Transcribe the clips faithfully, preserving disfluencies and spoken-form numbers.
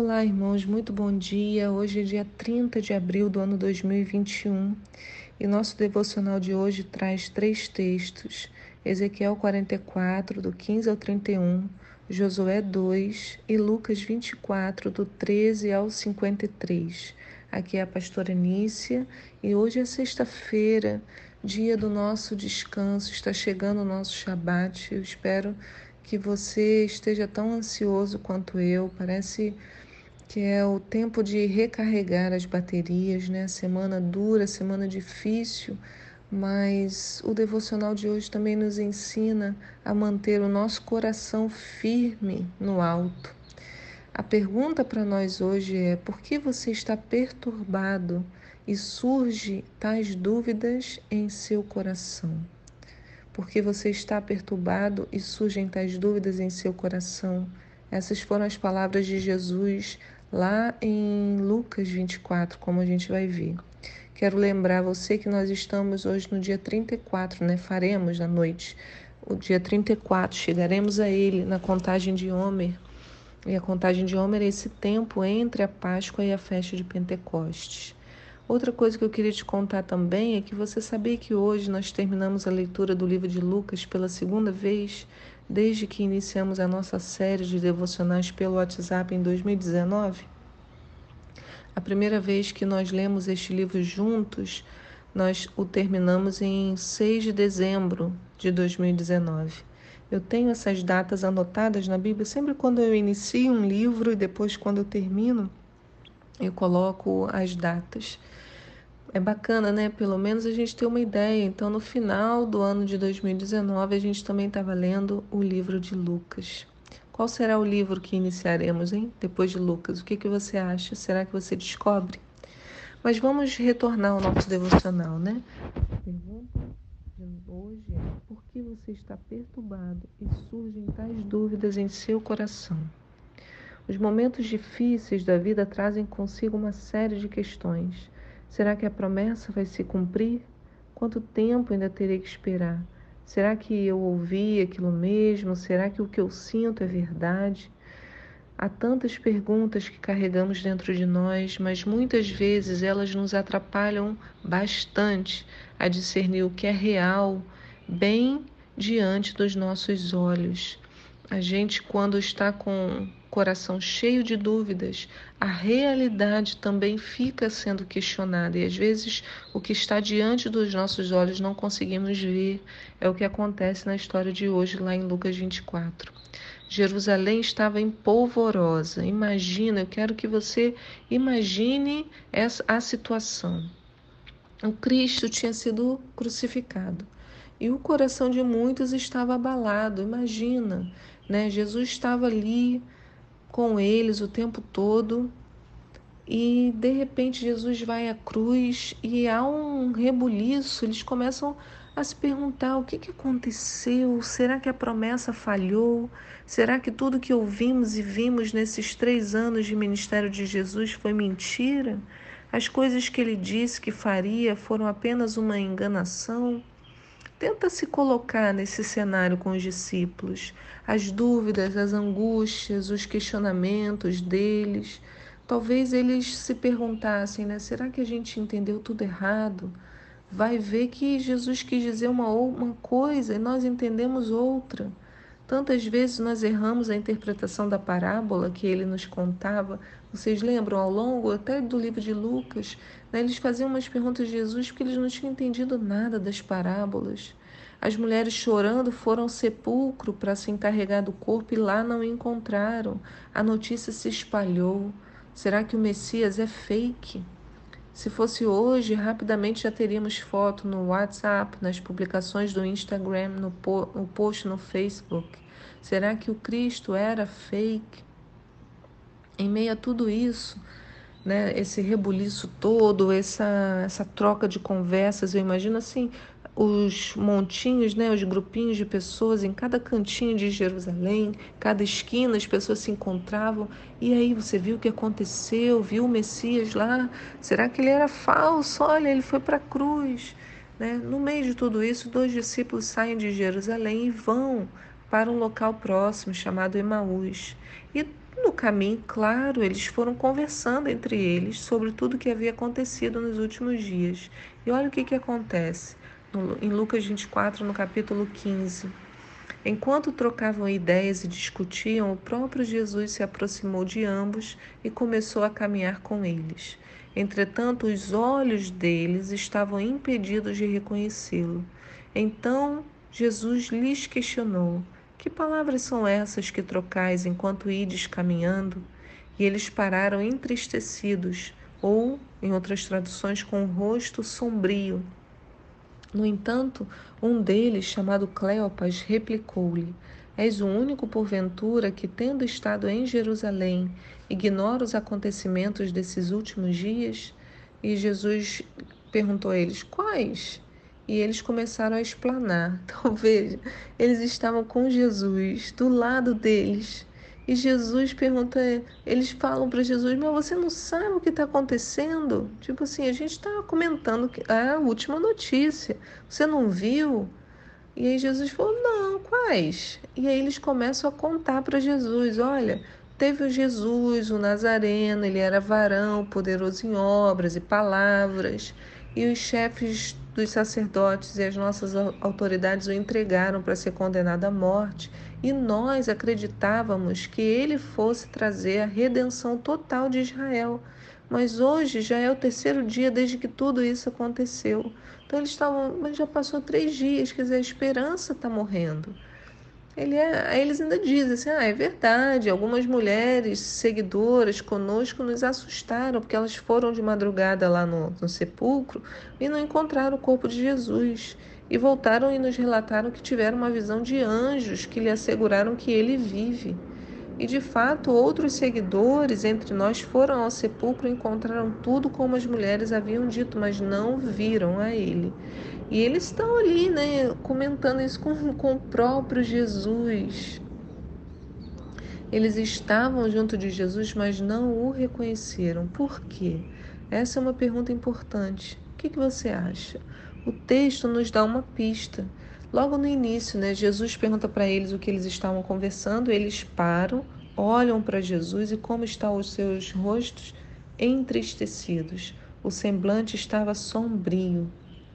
Olá, irmãos, muito bom dia. Hoje é dia trinta de abril do ano dois mil e vinte e um e nosso devocional de hoje traz três textos: Ezequiel quarenta e quatro, do quinze ao trinta e um, Josué dois e Lucas vinte e quatro, do treze ao cinquenta e três. Aqui é a pastora Nícia e hoje é sexta-feira, dia do nosso descanso, está chegando o nosso Shabat. Eu espero que você esteja tão ansioso quanto eu. Parece que é o tempo de recarregar as baterias, né? Semana dura, semana difícil, mas o devocional de hoje também nos ensina a manter o nosso coração firme no alto. A pergunta para nós hoje é: por que você está perturbado e surge tais dúvidas em seu coração? Por que você está perturbado e surgem tais dúvidas em seu coração? Essas foram as palavras de Jesus lá em Lucas vinte e quatro, como a gente vai ver. Quero lembrar você que nós estamos hoje no dia trinta e quatro, né? Faremos à noite o dia trinta e quatro, chegaremos a ele na contagem de Homer. E a contagem de Homer é esse tempo entre a Páscoa e a festa de Pentecostes. Outra coisa que eu queria te contar também é que você sabia que hoje nós terminamos a leitura do livro de Lucas pela segunda vez, desde que iniciamos a nossa série de devocionais pelo WhatsApp em dois mil e dezenove? A primeira vez que nós lemos este livro juntos, nós o terminamos em seis de dezembro de dois mil e dezenove. Eu tenho essas datas anotadas na Bíblia sempre quando eu inicio um livro e depois quando eu termino, eu coloco as datas. É bacana, né? Pelo menos a gente ter uma ideia. Então, no final do ano de dois mil e dezenove, a gente também estava lendo o livro de Lucas. Qual será o livro que iniciaremos, hein? Depois de Lucas, o que que você acha? Será que você descobre? Mas vamos retornar ao nosso devocional, né? A pergunta de hoje é: por que você está perturbado e surgem tais dúvidas em seu coração? Os momentos difíceis da vida trazem consigo uma série de questões. Será que a promessa vai se cumprir? Quanto tempo ainda terei que esperar? Será que eu ouvi aquilo mesmo? Será que o que eu sinto é verdade? Há tantas perguntas que carregamos dentro de nós, mas muitas vezes elas nos atrapalham bastante a discernir o que é real, bem diante dos nossos olhos. A gente, quando está com o coração cheio de dúvidas, a realidade também fica sendo questionada e às vezes o que está diante dos nossos olhos não conseguimos ver. É o que acontece na história de hoje lá em Lucas vinte e quatro. Jerusalém estava em polvorosa. Imagina, eu quero que você imagine essa, a situação. O Cristo tinha sido crucificado e o coração de muitos estava abalado. Imagina, né? Jesus estava ali com eles o tempo todo e de repente Jesus vai à cruz e há um rebuliço. Eles começam a se perguntar: o que, que aconteceu? Será que a promessa falhou? Será que tudo que ouvimos e vimos nesses três anos de ministério de Jesus foi mentira? As coisas que ele disse que faria foram apenas uma enganação? Tenta se colocar nesse cenário com os discípulos, as dúvidas, as angústias, os questionamentos deles. Talvez eles se perguntassem, né? Será que a gente entendeu tudo errado? Vai ver que Jesus quis dizer uma, uma coisa e nós entendemos outra. Tantas vezes nós erramos a interpretação da parábola que ele nos contava. Vocês lembram, ao longo até do livro de Lucas, né, eles faziam umas perguntas a Jesus porque eles não tinham entendido nada das parábolas. As mulheres chorando foram ao sepulcro para se encarregar do corpo e lá não encontraram. A notícia se espalhou. Será que o Messias é fake? Se fosse hoje, rapidamente já teríamos foto no WhatsApp, nas publicações do Instagram, no, po no post no Facebook. Será que o Cristo era fake? Em meio a tudo isso, né, esse rebuliço todo, essa, essa troca de conversas, eu imagino assim, os montinhos, né, os grupinhos de pessoas em cada cantinho de Jerusalém, cada esquina, as pessoas se encontravam. E aí, você viu o que aconteceu? Viu o Messias lá? Será que ele era falso? Olha, ele foi para a cruz. Né? No meio de tudo isso, dois discípulos saem de Jerusalém e vão para um local próximo chamado Emaús. E no caminho, claro, eles foram conversando entre eles sobre tudo o que havia acontecido nos últimos dias. E olha o que, que acontece no, em Lucas vinte e quatro, no capítulo quinze. Enquanto trocavam ideias e discutiam, o próprio Jesus se aproximou de ambos e começou a caminhar com eles. Entretanto, os olhos deles estavam impedidos de reconhecê-lo. Então Jesus lhes questionou: que palavras são essas que trocais enquanto ides caminhando? E eles pararam entristecidos, ou, em outras traduções, com o rosto sombrio. No entanto, um deles, chamado Cleopas, replicou-lhe: És o único, porventura, que, tendo estado em Jerusalém, ignora os acontecimentos desses últimos dias? E Jesus perguntou a eles: Quais? E eles começaram a explanar. Então, veja, eles estavam com Jesus, do lado deles. E Jesus pergunta, eles falam para Jesus: mas você não sabe o que está acontecendo? Tipo assim, a gente está comentando a última notícia. Você não viu? E aí Jesus falou: não, quais? E aí eles começam a contar para Jesus: olha, teve o Jesus, o Nazareno, ele era varão, poderoso em obras e palavras, e os chefes dos sacerdotes e as nossas autoridades o entregaram para ser condenado à morte, e nós acreditávamos que ele fosse trazer a redenção total de Israel. Mas hoje já é o terceiro dia desde que tudo isso aconteceu. Então eles estavam, mas já passou três dias, quer dizer, a esperança está morrendo. Ele é, aí eles ainda dizem assim: ah, é verdade, algumas mulheres seguidoras conosco nos assustaram, porque elas foram de madrugada lá no, no sepulcro e não encontraram o corpo de Jesus. E voltaram e nos relataram que tiveram uma visão de anjos que lhe asseguraram que ele vive. E de fato, outros seguidores entre nós foram ao sepulcro e encontraram tudo como as mulheres haviam dito, mas não viram a ele. E eles estão ali, né, comentando isso com, com o próprio Jesus. Eles estavam junto de Jesus, mas não o reconheceram. Por quê? Essa é uma pergunta importante. O que, que você acha? O texto nos dá uma pista. Logo no início, né, Jesus pergunta para eles o que eles estavam conversando, eles param, olham para Jesus e como estão os seus rostos entristecidos. O semblante estava sombrio.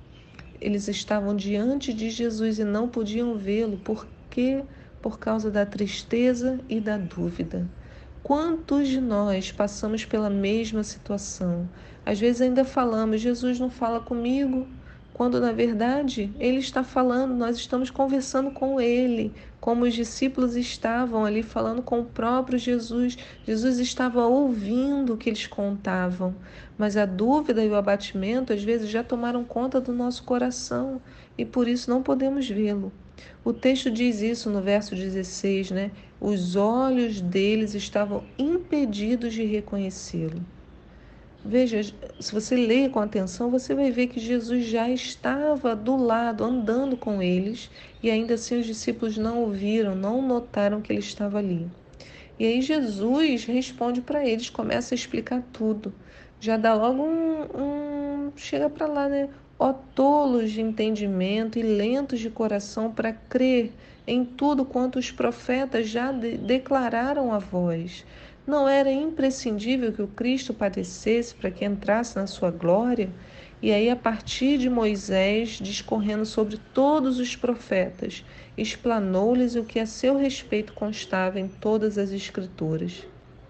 Eles estavam diante de Jesus e não podiam vê-lo, porque por causa da tristeza e da dúvida. Quantos de nós passamos pela mesma situação? Às vezes ainda falamos: Jesus não fala comigo, quando na verdade ele está falando, nós estamos conversando com ele, como os discípulos estavam ali falando com o próprio Jesus. Jesus estava ouvindo o que eles contavam, mas a dúvida e o abatimento às vezes já tomaram conta do nosso coração e por isso não podemos vê-lo. O texto diz isso no verso dezesseis, né? Os olhos deles estavam impedidos de reconhecê-lo. Veja, se você ler com atenção, você vai ver que Jesus já estava do lado, andando com eles, e ainda assim os discípulos não o viram, não notaram que ele estava ali. E aí Jesus responde para eles, começa a explicar tudo. Já dá logo um... um chega para lá, né? Ó tolos de entendimento e lentos de coração para crer em tudo quanto os profetas já de- declararam a vós. Não era imprescindível que o Cristo padecesse para que entrasse na sua glória? E aí, a partir de Moisés, discorrendo sobre todos os profetas, explanou-lhes o que a seu respeito constava em todas as Escrituras.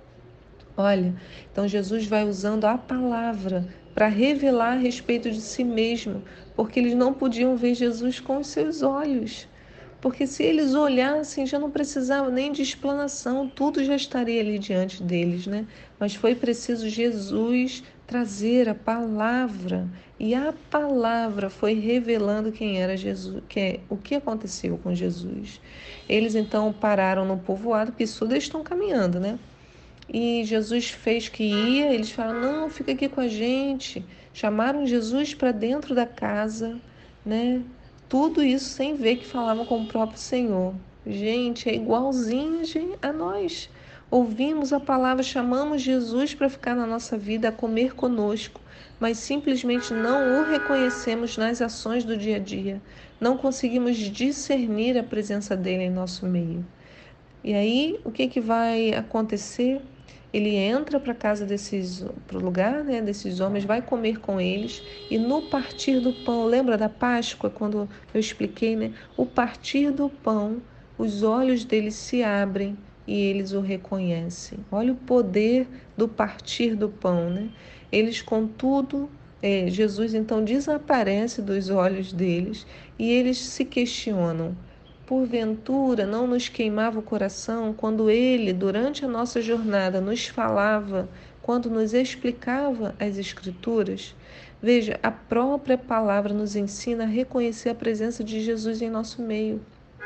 Olha, então Jesus vai usando a palavra para revelar a respeito de si mesmo, porque eles não podiam ver Jesus com os seus olhos. Porque se eles olhassem, já não precisava nem de explanação, tudo já estaria ali diante deles, né? Mas foi preciso Jesus trazer a palavra, e a palavra foi revelando quem era Jesus, que é, o que aconteceu com Jesus. Eles então pararam no povoado, porque isso eles estão caminhando, né? E Jesus fez que ia, eles falaram: não, fica aqui com a gente. Chamaram Jesus para dentro da casa, né? Tudo isso sem ver que falavam com o próprio Senhor. Gente, é igualzinho a nós. Ouvimos a palavra, chamamos Jesus para ficar na nossa vida, a comer conosco, mas simplesmente não o reconhecemos nas ações do dia a dia. Não conseguimos discernir a presença dele em nosso meio. E aí, o que que vai acontecer? Ele entra para a casa desses, para o lugar, né, desses homens, vai comer com eles, e no partir do pão, lembra da Páscoa, quando eu expliquei, né? O partir do pão, os olhos deles se abrem e eles o reconhecem. Olha o poder do partir do pão, né? Eles, contudo, é, Jesus então desaparece dos olhos deles e eles se questionam. Porventura não nos queimava o coração quando Ele, durante a nossa jornada, nos falava, quando nos explicava as Escrituras? Veja, a própria palavra nos ensina a reconhecer a presença de Jesus em nosso meio.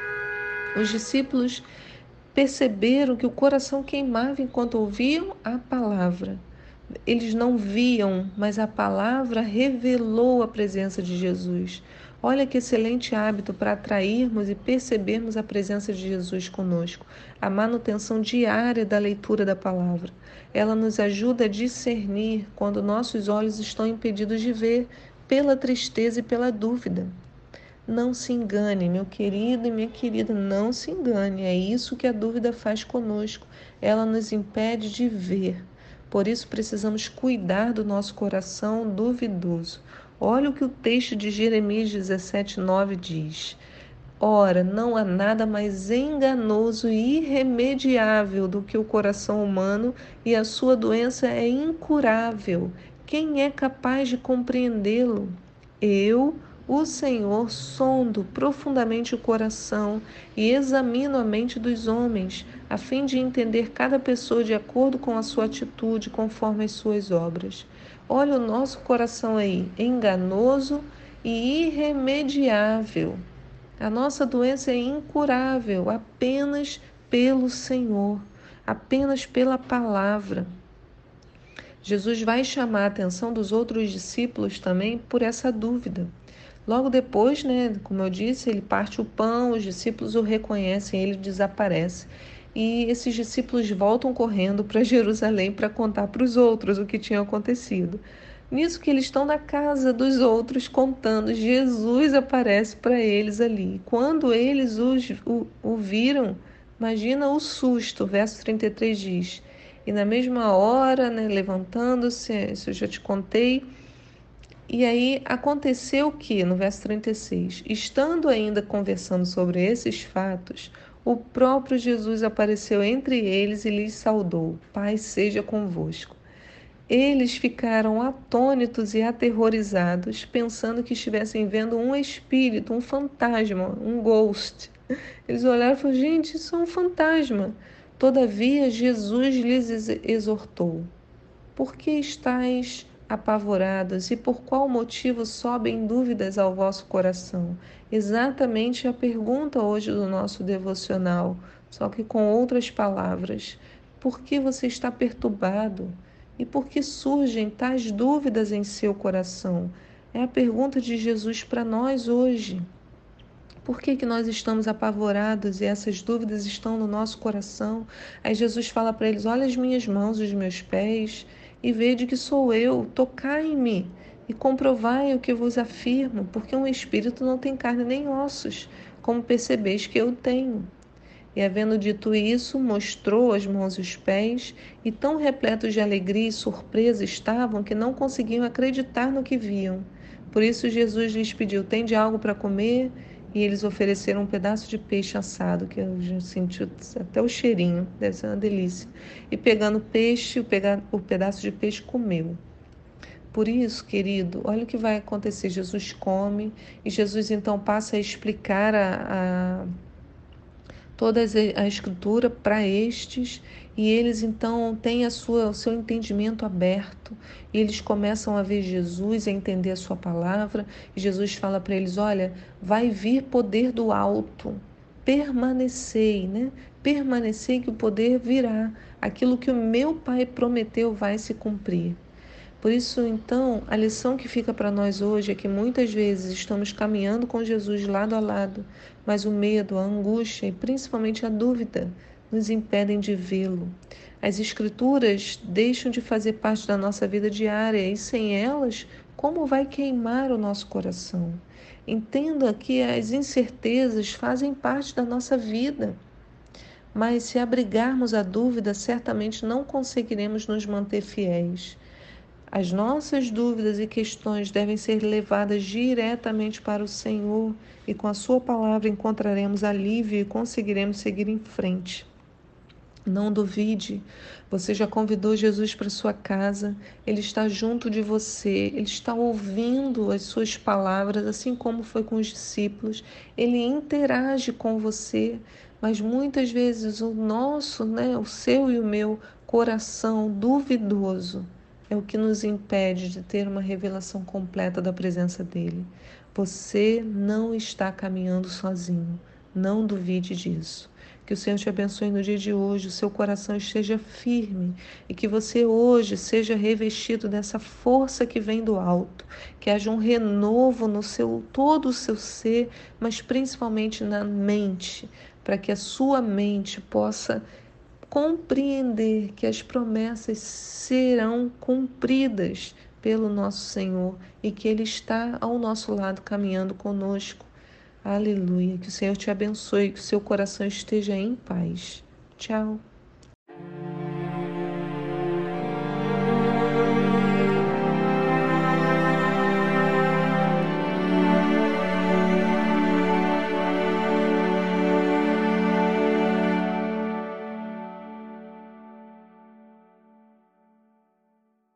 Os discípulos perceberam que o coração queimava enquanto ouviam a palavra. Eles não viam, mas a palavra revelou a presença de Jesus. Olha que excelente hábito para atrairmos e percebermos a presença de Jesus conosco. A manutenção diária da leitura da palavra. Ela nos ajuda a discernir quando nossos olhos estão impedidos de ver pela tristeza e pela dúvida. Não se engane, meu querido e minha querida, não se engane. É isso que a dúvida faz conosco. Ela nos impede de ver. Por isso precisamos cuidar do nosso coração duvidoso. Olha o que o texto de Jeremias dezessete, nove diz. Ora, não há nada mais enganoso e irremediável do que o coração humano, e a sua doença é incurável. Quem é capaz de compreendê-lo? Eu, o Senhor, sondo profundamente o coração e examino a mente dos homens, a fim de entender cada pessoa de acordo com a sua atitude, conforme as suas obras. Olha o nosso coração aí, enganoso e irremediável. A nossa doença é incurável apenas pelo Senhor, apenas pela palavra. Jesus vai chamar a atenção dos outros discípulos também por essa dúvida. Logo depois, né, como eu disse, ele parte o pão, os discípulos o reconhecem, ele desaparece. E esses discípulos voltam correndo para Jerusalém para contar para os outros o que tinha acontecido. Nisso que eles estão na casa dos outros contando, Jesus aparece para eles ali. Quando eles os, o, o viram, imagina o susto, o verso trinta e três diz. E na mesma hora, né, levantando-se, isso eu já te contei. E aí aconteceu o que, no verso trinta e seis? Estando ainda conversando sobre esses fatos, o próprio Jesus apareceu entre eles e lhes saudou. Paz seja convosco. Eles ficaram atônitos e aterrorizados, pensando que estivessem vendo um espírito, um fantasma, um ghost. Eles olharam e falaram, gente, isso é um fantasma. Todavia, Jesus lhes exortou. Por que estáis apavorados e por qual motivo sobem dúvidas ao vosso coração? Exatamente a pergunta hoje do nosso devocional, só que com outras palavras. Por que você está perturbado? E por que surgem tais dúvidas em seu coração? É a pergunta de Jesus para nós hoje. Por que que nós estamos apavorados e essas dúvidas estão no nosso coração? Aí Jesus fala para eles, olha as minhas mãos, os meus pés, e vede que sou eu, tocai-me e comprovai o que vos afirmo, porque um espírito não tem carne nem ossos, como percebeis que eu tenho. E havendo dito isso, mostrou as mãos e os pés, e tão repletos de alegria e surpresa estavam que não conseguiam acreditar no que viam. Por isso Jesus lhes pediu, tende algo para comer? E eles ofereceram um pedaço de peixe assado, que eu já senti até o cheirinho, deve ser uma delícia. E pegando o peixe, o, pega, o pedaço de peixe comeu. Por isso, querido, olha o que vai acontecer. Jesus come, e Jesus então passa a explicar a... a toda a escritura para estes, e eles então têm a sua, o seu entendimento aberto, e eles começam a ver Jesus, a entender a sua palavra, e Jesus fala para eles, olha, vai vir poder do alto, permanecei, né? Permanecei que o poder virá, aquilo que o meu Pai prometeu vai se cumprir. Por isso, então, a lição que fica para nós hoje é que muitas vezes estamos caminhando com Jesus lado a lado, mas o medo, a angústia e principalmente a dúvida nos impedem de vê-lo. As Escrituras deixam de fazer parte da nossa vida diária e sem elas, como vai queimar o nosso coração? Entenda que as incertezas fazem parte da nossa vida. mas se abrigarmos a dúvida, certamente não conseguiremos nos manter fiéis. As nossas dúvidas e questões devem ser levadas diretamente para o Senhor e com a sua palavra encontraremos alívio e conseguiremos seguir em frente. Não duvide, você já convidou Jesus para sua casa, Ele está junto de você, Ele está ouvindo as suas palavras, assim como foi com os discípulos, Ele interage com você, mas muitas vezes o nosso, né, o seu e o meu coração duvidoso é o que nos impede de ter uma revelação completa da presença dEle. Você não está caminhando sozinho, não duvide disso. Que o Senhor te abençoe no dia de hoje, o seu coração esteja firme e que você hoje seja revestido dessa força que vem do alto, que haja um renovo no seu todo o seu ser, mas principalmente na mente, para que a sua mente possa compreender que as promessas serão cumpridas pelo nosso Senhor e que Ele está ao nosso lado caminhando conosco. Aleluia. Que o Senhor te abençoe, que o seu coração esteja em paz. Tchau.